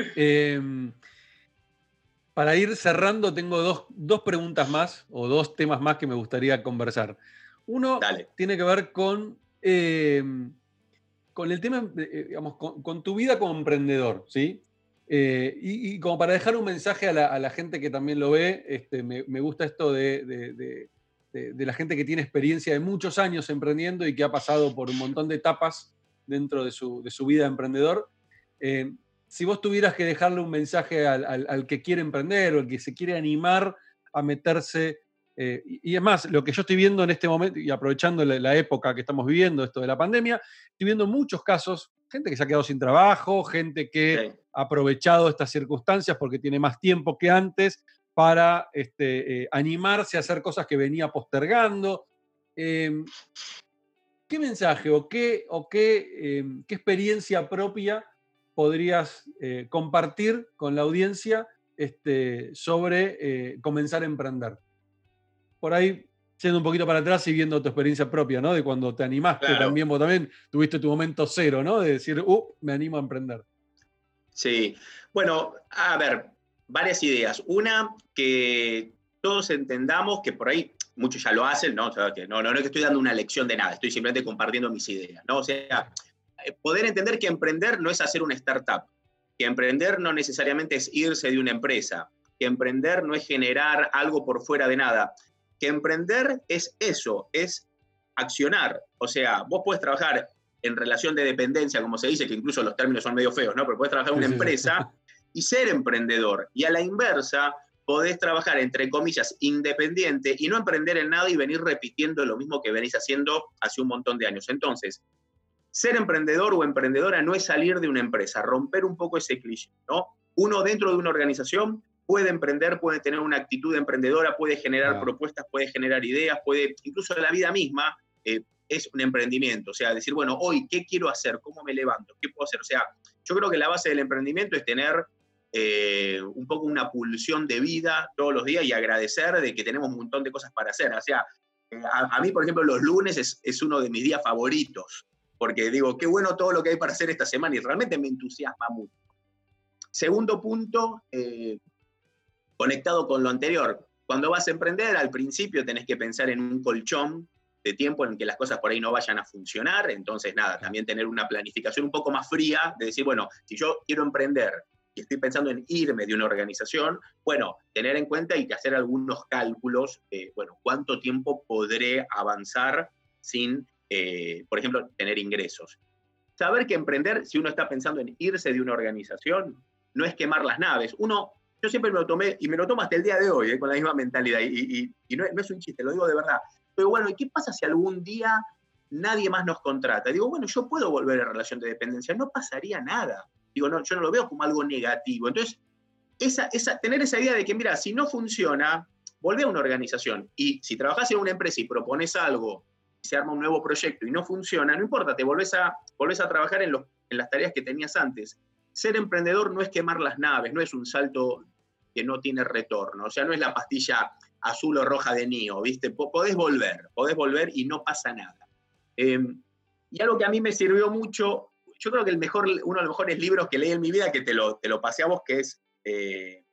para ir cerrando, tengo dos preguntas más, o dos temas más que me gustaría conversar. Uno tiene que ver con el tema, digamos, con tu vida como emprendedor, ¿sí? Y como para dejar un mensaje a la gente que también lo ve, me gusta esto de la gente que tiene experiencia de muchos años emprendiendo y que ha pasado por un montón de etapas dentro de su vida de emprendedor. Si vos tuvieras que dejarle un mensaje al que quiere emprender o al que se quiere animar a meterse, y es más, lo que yo estoy viendo en este momento, y aprovechando la época que estamos viviendo, esto de la pandemia, estoy viendo muchos casos, gente que se ha quedado sin trabajo, gente que ha aprovechado estas circunstancias porque tiene más tiempo que antes para animarse a hacer cosas que venía postergando. ¿Qué mensaje o qué experiencia propia podrías compartir con la audiencia sobre comenzar a emprender? Por ahí, yendo un poquito para atrás y viendo tu experiencia propia, ¿no? De cuando te animaste también, vos también tuviste tu momento cero, ¿no? De decir, me animo a emprender. Sí, bueno, a ver, varias ideas. Una, que todos entendamos que por ahí muchos ya lo hacen, ¿no? O sea, que no es que estoy dando una lección de nada, estoy simplemente compartiendo mis ideas, ¿no? O sea, poder entender que emprender no es hacer una startup, que emprender no necesariamente es irse de una empresa, que emprender no es generar algo por fuera de nada, que emprender es eso, es accionar. O sea, vos podés trabajar en relación de dependencia, como se dice, que incluso los términos son medio feos, ¿no? Pero podés trabajar en una empresa y ser emprendedor. Y a la inversa, podés trabajar, entre comillas, independiente y no emprender en nada y venir repitiendo lo mismo que venís haciendo hace un montón de años. Entonces, ser emprendedor o emprendedora no es salir de una empresa, romper un poco ese cliché, ¿no? Uno dentro de una organización puede emprender, puede tener una actitud emprendedora, puede generar propuestas, puede generar ideas, puede, incluso la vida misma es un emprendimiento. O sea, decir, bueno, hoy, ¿qué quiero hacer? ¿Cómo me levanto? ¿Qué puedo hacer? O sea, yo creo que la base del emprendimiento es tener un poco una pulsión de vida todos los días y agradecer de que tenemos un montón de cosas para hacer. O sea, a mí, por ejemplo, los lunes es uno de mis días favoritos, porque digo, qué bueno todo lo que hay para hacer esta semana y realmente me entusiasma mucho. Segundo punto, conectado con lo anterior, cuando vas a emprender, al principio tenés que pensar en un colchón de tiempo en que las cosas por ahí no vayan a funcionar, entonces nada, también tener una planificación un poco más fría, de decir, bueno, si yo quiero emprender y estoy pensando en irme de una organización, bueno, tener en cuenta y que hacer algunos cálculos, bueno, cuánto tiempo podré avanzar sin, por ejemplo, tener ingresos. Saber que emprender, si uno está pensando en irse de una organización, no es quemar las naves. Yo siempre me lo tomé, y me lo tomo hasta el día de hoy, con la misma mentalidad, y no es un chiste, lo digo de verdad. Pero bueno, ¿y qué pasa si algún día nadie más nos contrata? Digo, bueno, yo puedo volver a relación de dependencia, no pasaría nada. Digo, no, yo no lo veo como algo negativo. Entonces, tener esa idea de que, mira, si no funciona, volvé a una organización. Y si trabajás en una empresa y propones algo, y se arma un nuevo proyecto y no funciona, no importa, te volvés a trabajar en las tareas que tenías antes. Ser emprendedor no es quemar las naves, no es un salto que no tiene retorno. O sea, no es la pastilla azul o roja de Neo, ¿viste? Podés volver y no pasa nada. Y algo que a mí me sirvió mucho, yo creo que uno de los mejores libros que leí en mi vida, que te lo pasé a vos, que es El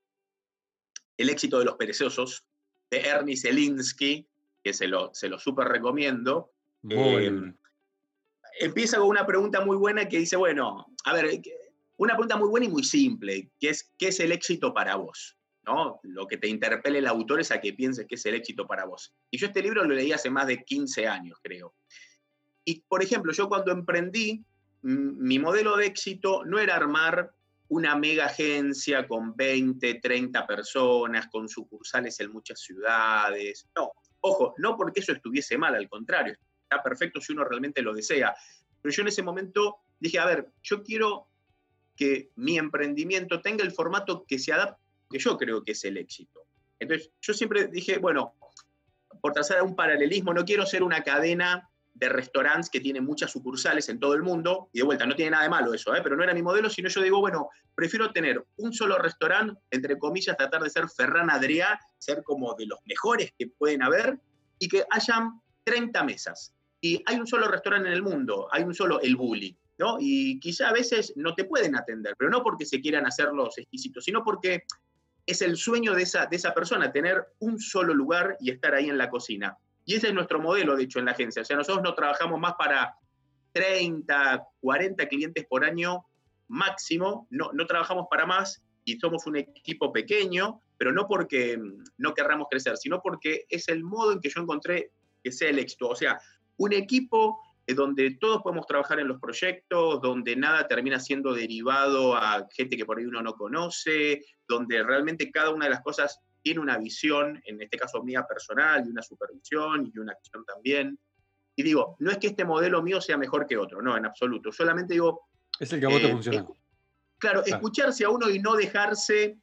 éxito de los perezosos, de Ernest Zelinsky, que se lo súper recomiendo. Empieza con una pregunta muy buena que dice, bueno, a ver, una pregunta muy buena y muy simple, que es, ¿qué es el éxito para vos? ¿No? Lo que te interpele el autor es a que pienses qué es el éxito para vos. Y yo este libro lo leí hace más de 15 años, creo. Y, por ejemplo, yo cuando emprendí, mi modelo de éxito no era armar una mega agencia con 20, 30 personas, con sucursales en muchas ciudades. No, ojo, no porque eso estuviese mal, al contrario, está perfecto si uno realmente lo desea. Pero yo en ese momento dije, a ver, yo quiero que mi emprendimiento tenga el formato que se adapte a lo que yo creo que es el éxito. Entonces, yo siempre dije, bueno, por trazar un paralelismo, no quiero ser una cadena de restaurantes que tiene muchas sucursales en todo el mundo, y de vuelta, no tiene nada de malo eso, pero no era mi modelo, sino yo digo, bueno, prefiero tener un solo restaurante, entre comillas, tratar de ser Ferran Adrià, ser como de los mejores que pueden haber, y que hayan 30 mesas. Y hay un solo restaurante en el mundo, hay un solo El Bulli, ¿no? Y quizá a veces no te pueden atender, pero no porque se quieran hacer los exquisitos, sino porque es el sueño de esa persona, tener un solo lugar y estar ahí en la cocina. Y ese es nuestro modelo, de hecho, en la agencia. O sea, nosotros no trabajamos más para 30, 40 clientes por año máximo, no trabajamos para más y somos un equipo pequeño, pero no porque no querramos crecer, sino porque es el modo en que yo encontré que sea el éxito. O sea, un equipo donde todos podemos trabajar en los proyectos, donde nada termina siendo derivado a gente que por ahí uno no conoce, donde realmente cada una de las cosas tiene una visión, en este caso mía personal, y una supervisión y una acción también. Y digo, no es que este modelo mío sea mejor que otro, no, en absoluto. Solamente digo... Es el que a vos te funciona. Claro, escucharse a uno y no dejarse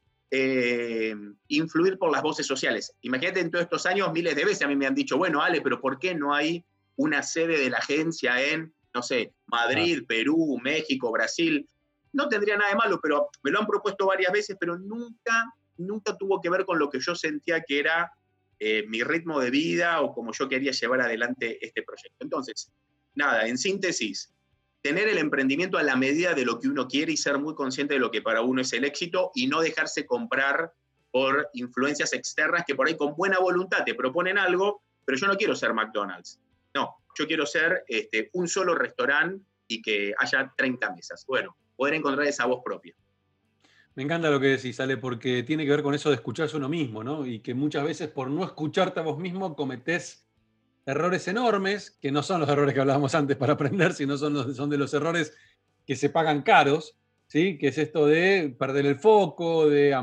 influir por las voces sociales. Imagínate, en todos estos años, miles de veces a mí me han dicho, bueno, Ale, pero ¿por qué no hay una sede de la agencia en, no sé, Madrid, Perú, México, Brasil? No tendría nada de malo, pero me lo han propuesto varias veces, pero nunca tuvo que ver con lo que yo sentía que era mi ritmo de vida o como yo quería llevar adelante este proyecto. Entonces, nada, en síntesis, tener el emprendimiento a la medida de lo que uno quiere y ser muy consciente de lo que para uno es el éxito y no dejarse comprar por influencias externas que por ahí con buena voluntad te proponen algo, pero yo no quiero ser McDonald's. No, yo quiero ser un solo restaurante y que haya 30 mesas. Bueno, poder encontrar esa voz propia. Me encanta lo que decís, Ale, porque tiene que ver con eso de escucharse uno mismo, ¿no? Y que muchas veces por no escucharte a vos mismo cometés errores enormes, que no son los errores que hablábamos antes para aprender, sino son de los errores que se pagan caros, ¿sí? Que es esto de perder el foco, de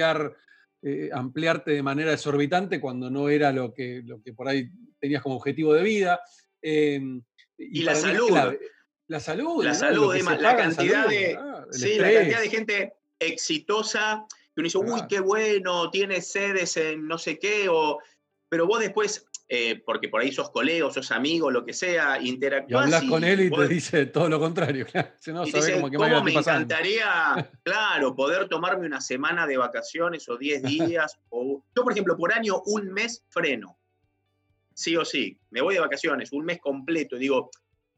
ampliarte de manera exorbitante cuando no era lo que por ahí tenías como objetivo de vida. Y la salud. La salud, la ¿no? salud, la cantidad la cantidad de gente exitosa que uno dice, uy, qué bueno, tiene sedes en no sé qué, pero vos después, porque por ahí sos colega, sos amigo, lo que sea, interactuás. Y hablas con él y te dice todo lo contrario. No, y dice, ¿cómo me encantaría, claro, poder tomarme una semana de vacaciones o 10 días? Yo, por ejemplo, por año, un mes freno. Sí o sí, me voy de vacaciones, un mes completo, digo,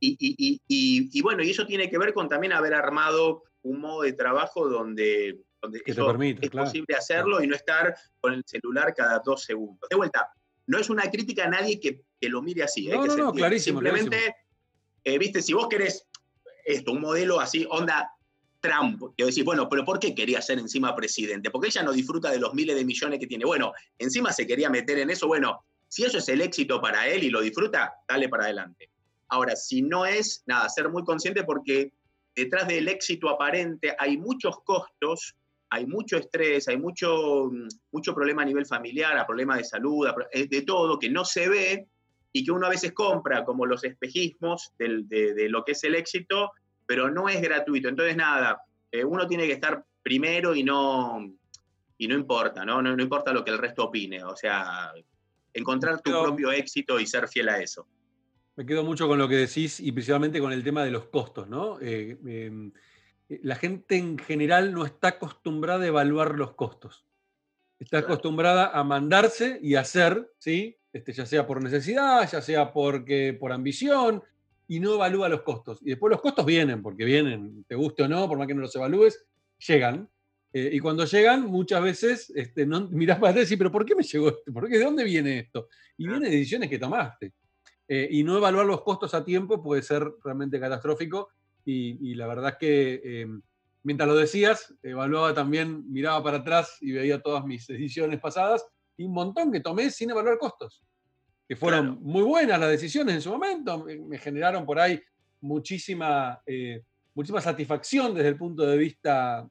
y bueno, y eso tiene que ver con también haber armado un modo de trabajo donde eso permite, es posible hacerlo y no estar con el celular cada 2 segundos. De vuelta, no es una crítica a nadie que lo mire así. No, clarísimo. Simplemente, viste, si vos querés un modelo así, onda Trump, que decís, bueno, pero ¿por qué quería ser encima presidente? Porque ella no disfruta de los miles de millones que tiene. Bueno, encima se quería meter en eso, bueno, si eso es el éxito para él y lo disfruta, dale para adelante. Ahora, si no es, nada, ser muy consciente porque detrás del éxito aparente hay muchos costos, hay mucho estrés, hay mucho problema a nivel familiar, a problema de salud, de todo, que no se ve y que uno a veces compra como los espejismos de lo que es el éxito, pero no es gratuito. Entonces, nada, uno tiene que estar primero y no importa, ¿no? No importa lo que el resto opine. O sea, encontrar tu propio éxito y ser fiel a eso. Me quedo mucho con lo que decís y principalmente con el tema de los costos, ¿no? La gente en general no está acostumbrada a evaluar los costos. Está acostumbrada a mandarse y hacer, ¿sí? Ya sea por necesidad, ya sea por ambición, y no evalúa los costos. Y después los costos vienen, porque vienen, te guste o no, por más que no los evalúes, llegan. Y cuando llegan, muchas veces no, mirás para atrás y decís, pero ¿por qué me llegó esto? ¿De dónde viene esto? Y viene de decisiones que tomaste. Y no evaluar los costos a tiempo puede ser realmente catastrófico. Y la verdad es que mientras lo decías, evaluaba también, miraba para atrás y veía todas mis decisiones pasadas y un montón que tomé sin evaluar costos, que fueron muy buenas las decisiones en su momento, me generaron por ahí muchísima satisfacción desde el punto de vista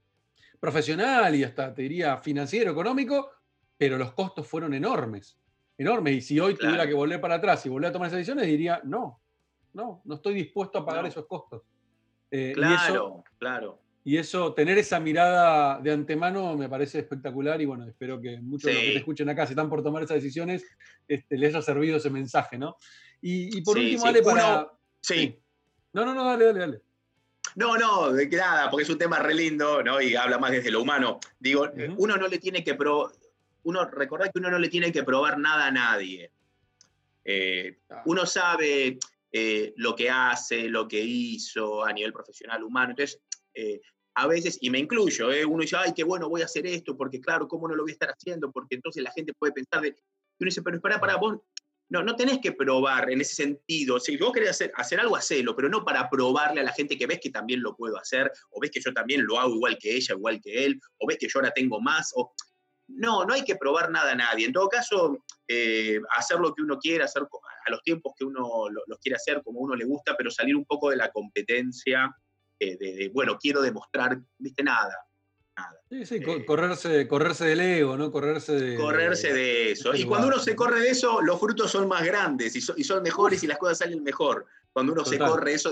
profesional y hasta, te diría, financiero, económico, pero los costos fueron enormes. enorme. Y si hoy tuviera Claro. que volver para atrás y volver a tomar esas decisiones, diría, no estoy dispuesto a pagar No. esos costos. Claro, claro. Y eso, tener esa mirada de antemano me parece espectacular y bueno, espero que muchos de los que te Sí, escuchen acá, si están por tomar esas decisiones, les haya servido ese mensaje, ¿no? Y por sí, último, sí. Ale, para... Sí. Sí. No, dale, dale, dale. No, de que nada, porque es un tema re lindo, ¿no? Y habla más desde lo humano. Digo, Ujú. uno no le tiene que recordar que uno no le tiene que probar nada a nadie. Ah, Uno sabe lo que hace, lo que hizo a nivel profesional, humano. Entonces, a veces, y me incluyo, uno dice, ay, qué bueno, voy a hacer esto, porque claro, ¿cómo no lo voy a estar haciendo? Porque entonces la gente puede pensar de... Y uno dice, pero espera, claro, vos no tenés que probar en ese sentido. Si vos querés hacer algo, hacelo, pero no para probarle a la gente que ves que también lo puedo hacer, o ves que yo también lo hago igual que ella, igual que él, o ves que yo ahora tengo más. No hay que probar nada a nadie. En todo caso, hacer lo que uno quiera, hacer a los tiempos que uno los quiere hacer, como a uno le gusta, pero salir un poco de la competencia, bueno, quiero demostrar, viste, nada. sí, sí, Eh, correrse del ego, ¿no? Correrse correrse de de eso. ese Y cuando lugar. uno se Ujú. corre de eso, los frutos son más grandes y son mejores y Uf, las cosas salen mejor. Cuando uno se total. corre eso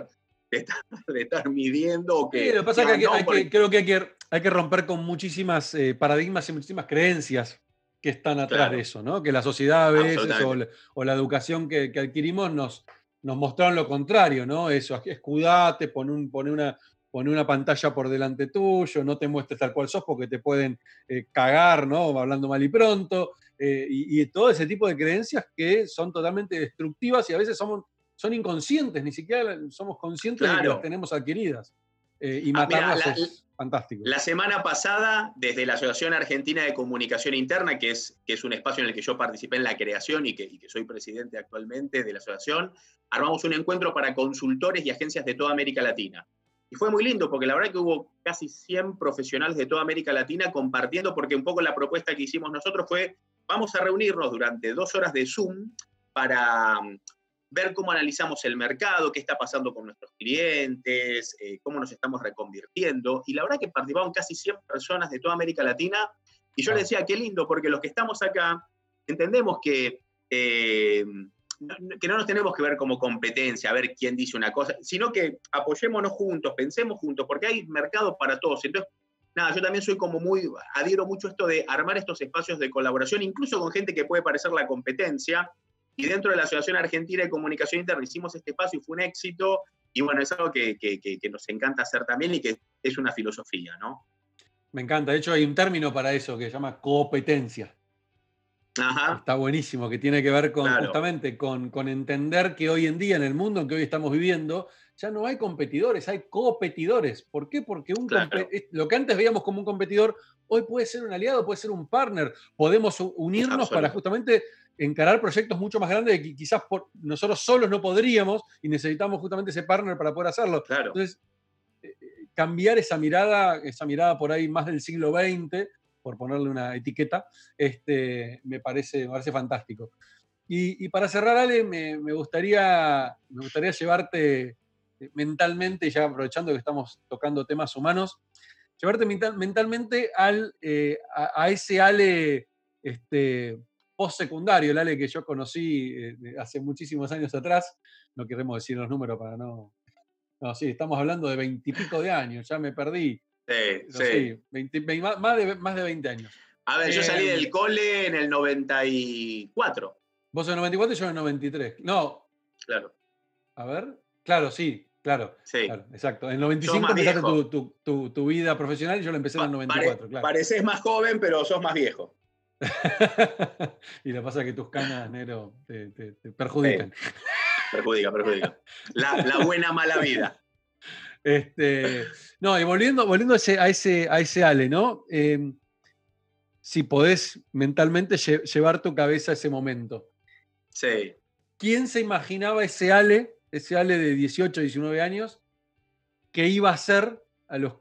de estar midiendo o Sí, lo que pasa es que que no, porque, creo que hay que romper con muchísimas paradigmas y muchísimas creencias que están atrás de claro, eso, ¿no? Que la sociedad a veces absolutamente. o la educación que adquirimos nos mostraron lo contrario, ¿no? Eso, escudate, pon una pantalla por delante tuyo, no te muestres tal cual sos porque te pueden cagar, ¿no? Hablando mal y pronto, y todo ese tipo de creencias que son totalmente destructivas y a veces son inconscientes, ni siquiera somos conscientes de que las Claro. tenemos adquiridas. Y Mira, matarlas es fantástico. la semana pasada, desde la Asociación Argentina de Comunicación Interna, que es un espacio en el que yo participé en la creación y que soy presidente actualmente de la asociación, armamos un encuentro para consultores y agencias de toda América Latina. Y fue muy lindo, porque la verdad que hubo casi 100 profesionales de toda América Latina compartiendo, porque un poco la propuesta que hicimos nosotros fue, vamos a reunirnos durante 2 horas de Zoom para ver cómo analizamos el mercado, qué está pasando con nuestros clientes, cómo nos estamos reconvirtiendo. Y la verdad que participaron casi 100 personas de toda América Latina. Y yo les Wow. decía, qué lindo, porque los que estamos acá entendemos que no nos tenemos que ver como competencia, a ver quién dice una cosa, sino que apoyémonos juntos, pensemos juntos, porque hay mercado para todos. Entonces, nada, yo también soy como adhiero mucho a esto de armar estos espacios de colaboración, incluso con gente que puede parecer la competencia, y dentro de la Asociación Argentina de Comunicación Interna hicimos este espacio y fue un éxito. Y bueno, es algo que nos encanta hacer también y que es una filosofía, ¿no? Me encanta. De hecho, hay un término para eso que se llama competencia. Ajá, Está buenísimo, que tiene que ver con claro, justamente con entender que hoy en día, en el mundo en que hoy estamos viviendo, ya no hay competidores, hay competidores. ¿Por qué? Porque claro, lo que antes veíamos como un competidor, hoy puede ser un aliado, puede ser un partner. Podemos unirnos para absoluto. justamente encarar proyectos mucho más grandes que quizás nosotros solos no podríamos y necesitamos justamente ese partner para poder hacerlo. Claro, Entonces, cambiar esa mirada por ahí más del siglo XX, por ponerle una etiqueta, me parece fantástico. Y para cerrar, Ale, me gustaría llevarte mentalmente, ya aprovechando que estamos tocando temas humanos, llevarte mentalmente a ese Ale post-secundario, el Ale que yo conocí hace muchísimos años atrás. No queremos decir los números para no... No, sí, estamos hablando de 20 y pico de años, ya me perdí. sí, Pero sí. sí, más de 20 años. A ver, yo salí del Em, cole en el 94, Vos en el 94 y yo en el 93. No, claro, a ver. Claro, sí, claro, sí. claro, exacto. En el Sos 95 más empezaste viejo. tu vida profesional y yo la empecé en el 94, claro. Pareces más joven, pero sos más viejo. Y lo que pasa es que tus canas, negro, te Sí, perjudican. perjudica, perjudica. La buena mala vida. Este, no, y volviendo a ese Ale, ¿no? Si podés mentalmente llevar tu cabeza a ese momento. Sí. ¿Quién se imaginaba ese Ale de 18, 19 años, que iba a ser a los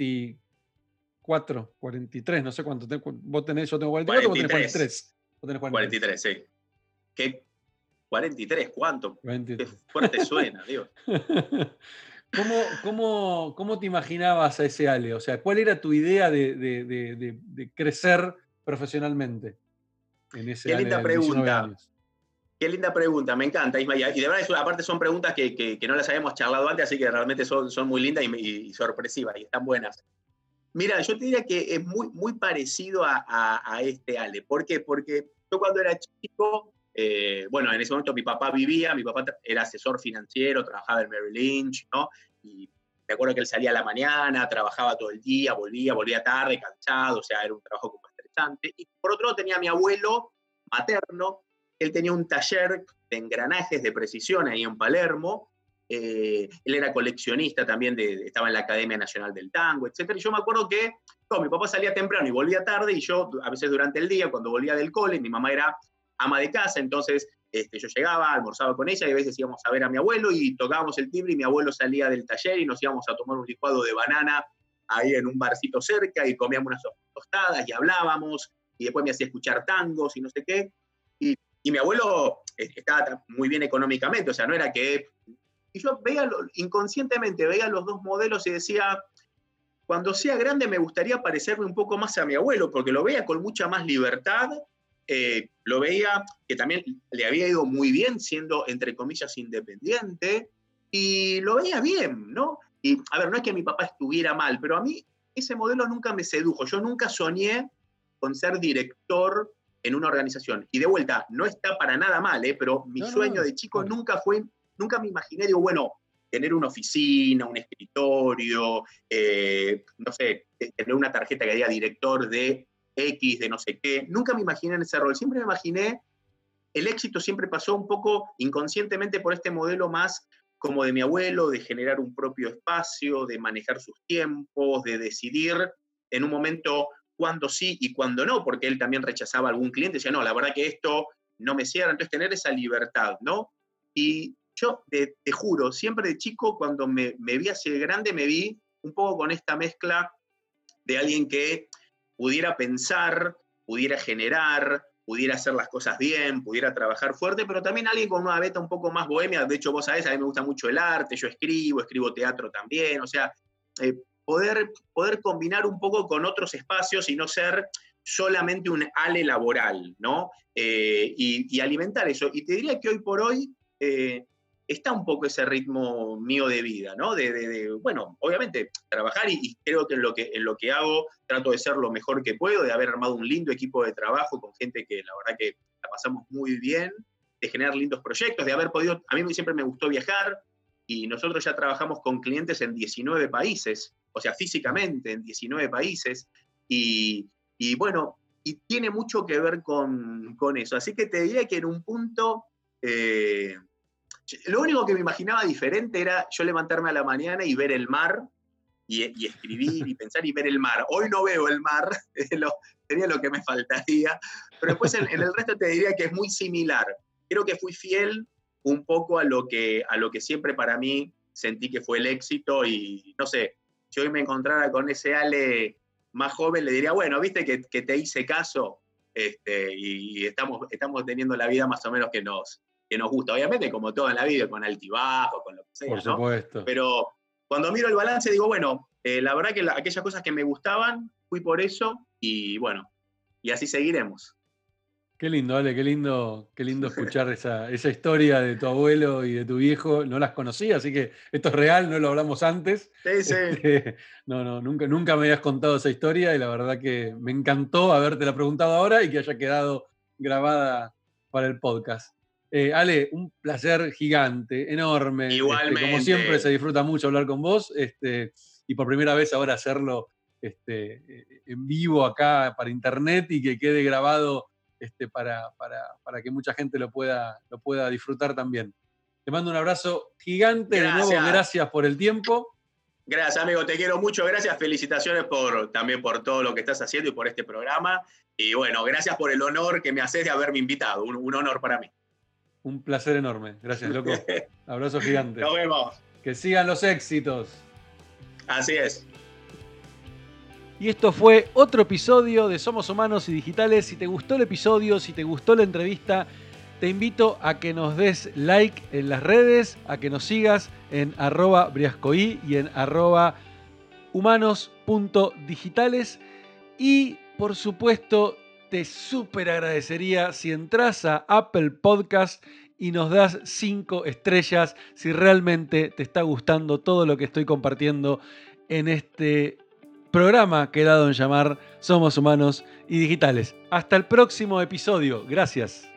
44, 43, no sé cuánto? Vos tenés, yo tengo 44, vos tenés 43. 43. Vos tenés 43. 43, sí. ¿Qué? 43, ¿cuánto? Qué 43. fuerte suena, Dios. ¿Cómo te imaginabas a ese Ale? O sea, ¿cuál era tu idea de crecer profesionalmente? en ese Qué Ale linda de 19 pregunta. años? Qué linda pregunta, me encanta, Isma. Y de verdad, aparte son preguntas que no las habíamos charlado antes, así que realmente son muy lindas y sorpresivas y están buenas. Mira, yo te diría que es muy parecido a este Ale. ¿Por qué? Porque yo cuando era chico, bueno, en ese momento mi papá era asesor financiero, trabajaba en Merrill Lynch, ¿no? Y me acuerdo que él salía a la mañana, trabajaba todo el día, volvía tarde, cansado, o sea, era un trabajo como estresante. Y por otro lado tenía a mi abuelo materno, él tenía un taller de engranajes de precisión ahí en Palermo. Él era coleccionista también, estaba en la Academia Nacional del Tango, etc. Y yo me acuerdo que mi papá salía temprano y volvía tarde, y yo a veces durante el día, cuando volvía del cole, mi mamá era ama de casa, entonces yo llegaba, almorzaba con ella, y a veces íbamos a ver a mi abuelo y tocábamos el timbre y mi abuelo salía del taller y nos íbamos a tomar un licuado de banana ahí en un barcito cerca y comíamos unas tostadas y hablábamos, y después me hacía escuchar tangos y no sé qué. Y mi abuelo estaba muy bien económicamente, o sea, no era que... Y yo inconscientemente veía los dos modelos y decía, cuando sea grande me gustaría parecerme un poco más a mi abuelo, porque lo veía con mucha más libertad, lo veía que también le había ido muy bien siendo, entre comillas, independiente, y lo veía bien, ¿no? Y, a ver, no es que mi papá estuviera mal, pero a mí ese modelo nunca me sedujo. Yo nunca soñé con ser director en una organización. Y de vuelta, no está para nada mal, pero mi sueño de chico nunca me imaginé, digo, bueno, tener una oficina, un escritorio, no sé, tener una tarjeta que diga director de X, de no sé qué. Nunca me imaginé en ese rol. Siempre me imaginé, el éxito siempre pasó un poco inconscientemente por este modelo más como de mi abuelo, de generar un propio espacio, de manejar sus tiempos, de decidir en un momento cuándo sí y cuándo no, porque él también rechazaba a algún cliente, decía, no, la verdad que esto no me cierra, entonces tener esa libertad, ¿no? Y yo te juro, siempre de chico, cuando me vi hacia grande, me vi un poco con esta mezcla de alguien que pudiera pensar, pudiera generar, pudiera hacer las cosas bien, pudiera trabajar fuerte, pero también alguien con una beta un poco más bohemia. De hecho, vos sabés, a mí me gusta mucho el arte, yo escribo teatro también, o sea, poder combinar un poco con otros espacios y no ser solamente un ale laboral, ¿no? Y alimentar eso. Y te diría que hoy por hoy está un poco ese ritmo mío de vida, ¿no? Bueno, obviamente trabajar, y creo que en lo que hago trato de ser lo mejor que puedo, de haber armado un lindo equipo de trabajo con gente que la verdad que la pasamos muy bien, de generar lindos proyectos, de haber podido, a mí siempre me gustó viajar, y nosotros ya trabajamos con clientes en 19 países, o sea, físicamente en 19 países, y bueno, y tiene mucho que ver con eso. Así que te diría que en un punto... lo único que me imaginaba diferente era yo levantarme a la mañana y ver el mar, y escribir y pensar y ver el mar. Hoy no veo el mar, sería lo que me faltaría, pero después en el resto te diría que es muy similar. Creo que fui fiel un poco a lo que siempre para mí sentí que fue el éxito, y no sé, si hoy me encontrara con ese Ale más joven, le diría, bueno, viste que te hice caso, y estamos teniendo la vida más o menos que nos gusta. Obviamente, como todo en la vida, con altibajo, con lo que sea, por supuesto, ¿no? Pero cuando miro el balance digo, bueno, la verdad que aquellas cosas que me gustaban, fui por eso, y bueno, y así seguiremos. Qué lindo, Ale, qué lindo escuchar esa historia de tu abuelo y de tu viejo. No las conocía, así que esto es real, no lo hablamos antes. Sí, sí. Nunca me habías contado esa historia, y la verdad que me encantó habértela preguntado ahora y que haya quedado grabada para el podcast. Ale, un placer gigante, enorme. Igualmente. Como siempre, se disfruta mucho hablar con vos, y por primera vez ahora hacerlo en vivo acá para internet y que quede grabado para que mucha gente lo pueda disfrutar también. Te mando un abrazo gigante. Gracias. De nuevo, gracias por el tiempo. Gracias, amigo, te quiero mucho. Gracias, felicitaciones también por todo lo que estás haciendo y por este programa. Y bueno, gracias por el honor que me haces de haberme invitado. Un honor para mí. Un placer enorme. Gracias, loco. Abrazo gigante. Nos vemos. Que sigan los éxitos. Así es. Y esto fue otro episodio de Somos Humanos y Digitales. Si te gustó el episodio, si te gustó la entrevista, te invito a que nos des like en las redes, a que nos sigas en @briascoy y en @humanos.digitales. Y por supuesto, te súper agradecería si entras a Apple Podcast y nos das 5 estrellas si realmente te está gustando todo lo que estoy compartiendo en este programa que he dado en llamar Somos Humanos y Digitales. Hasta el próximo episodio. Gracias.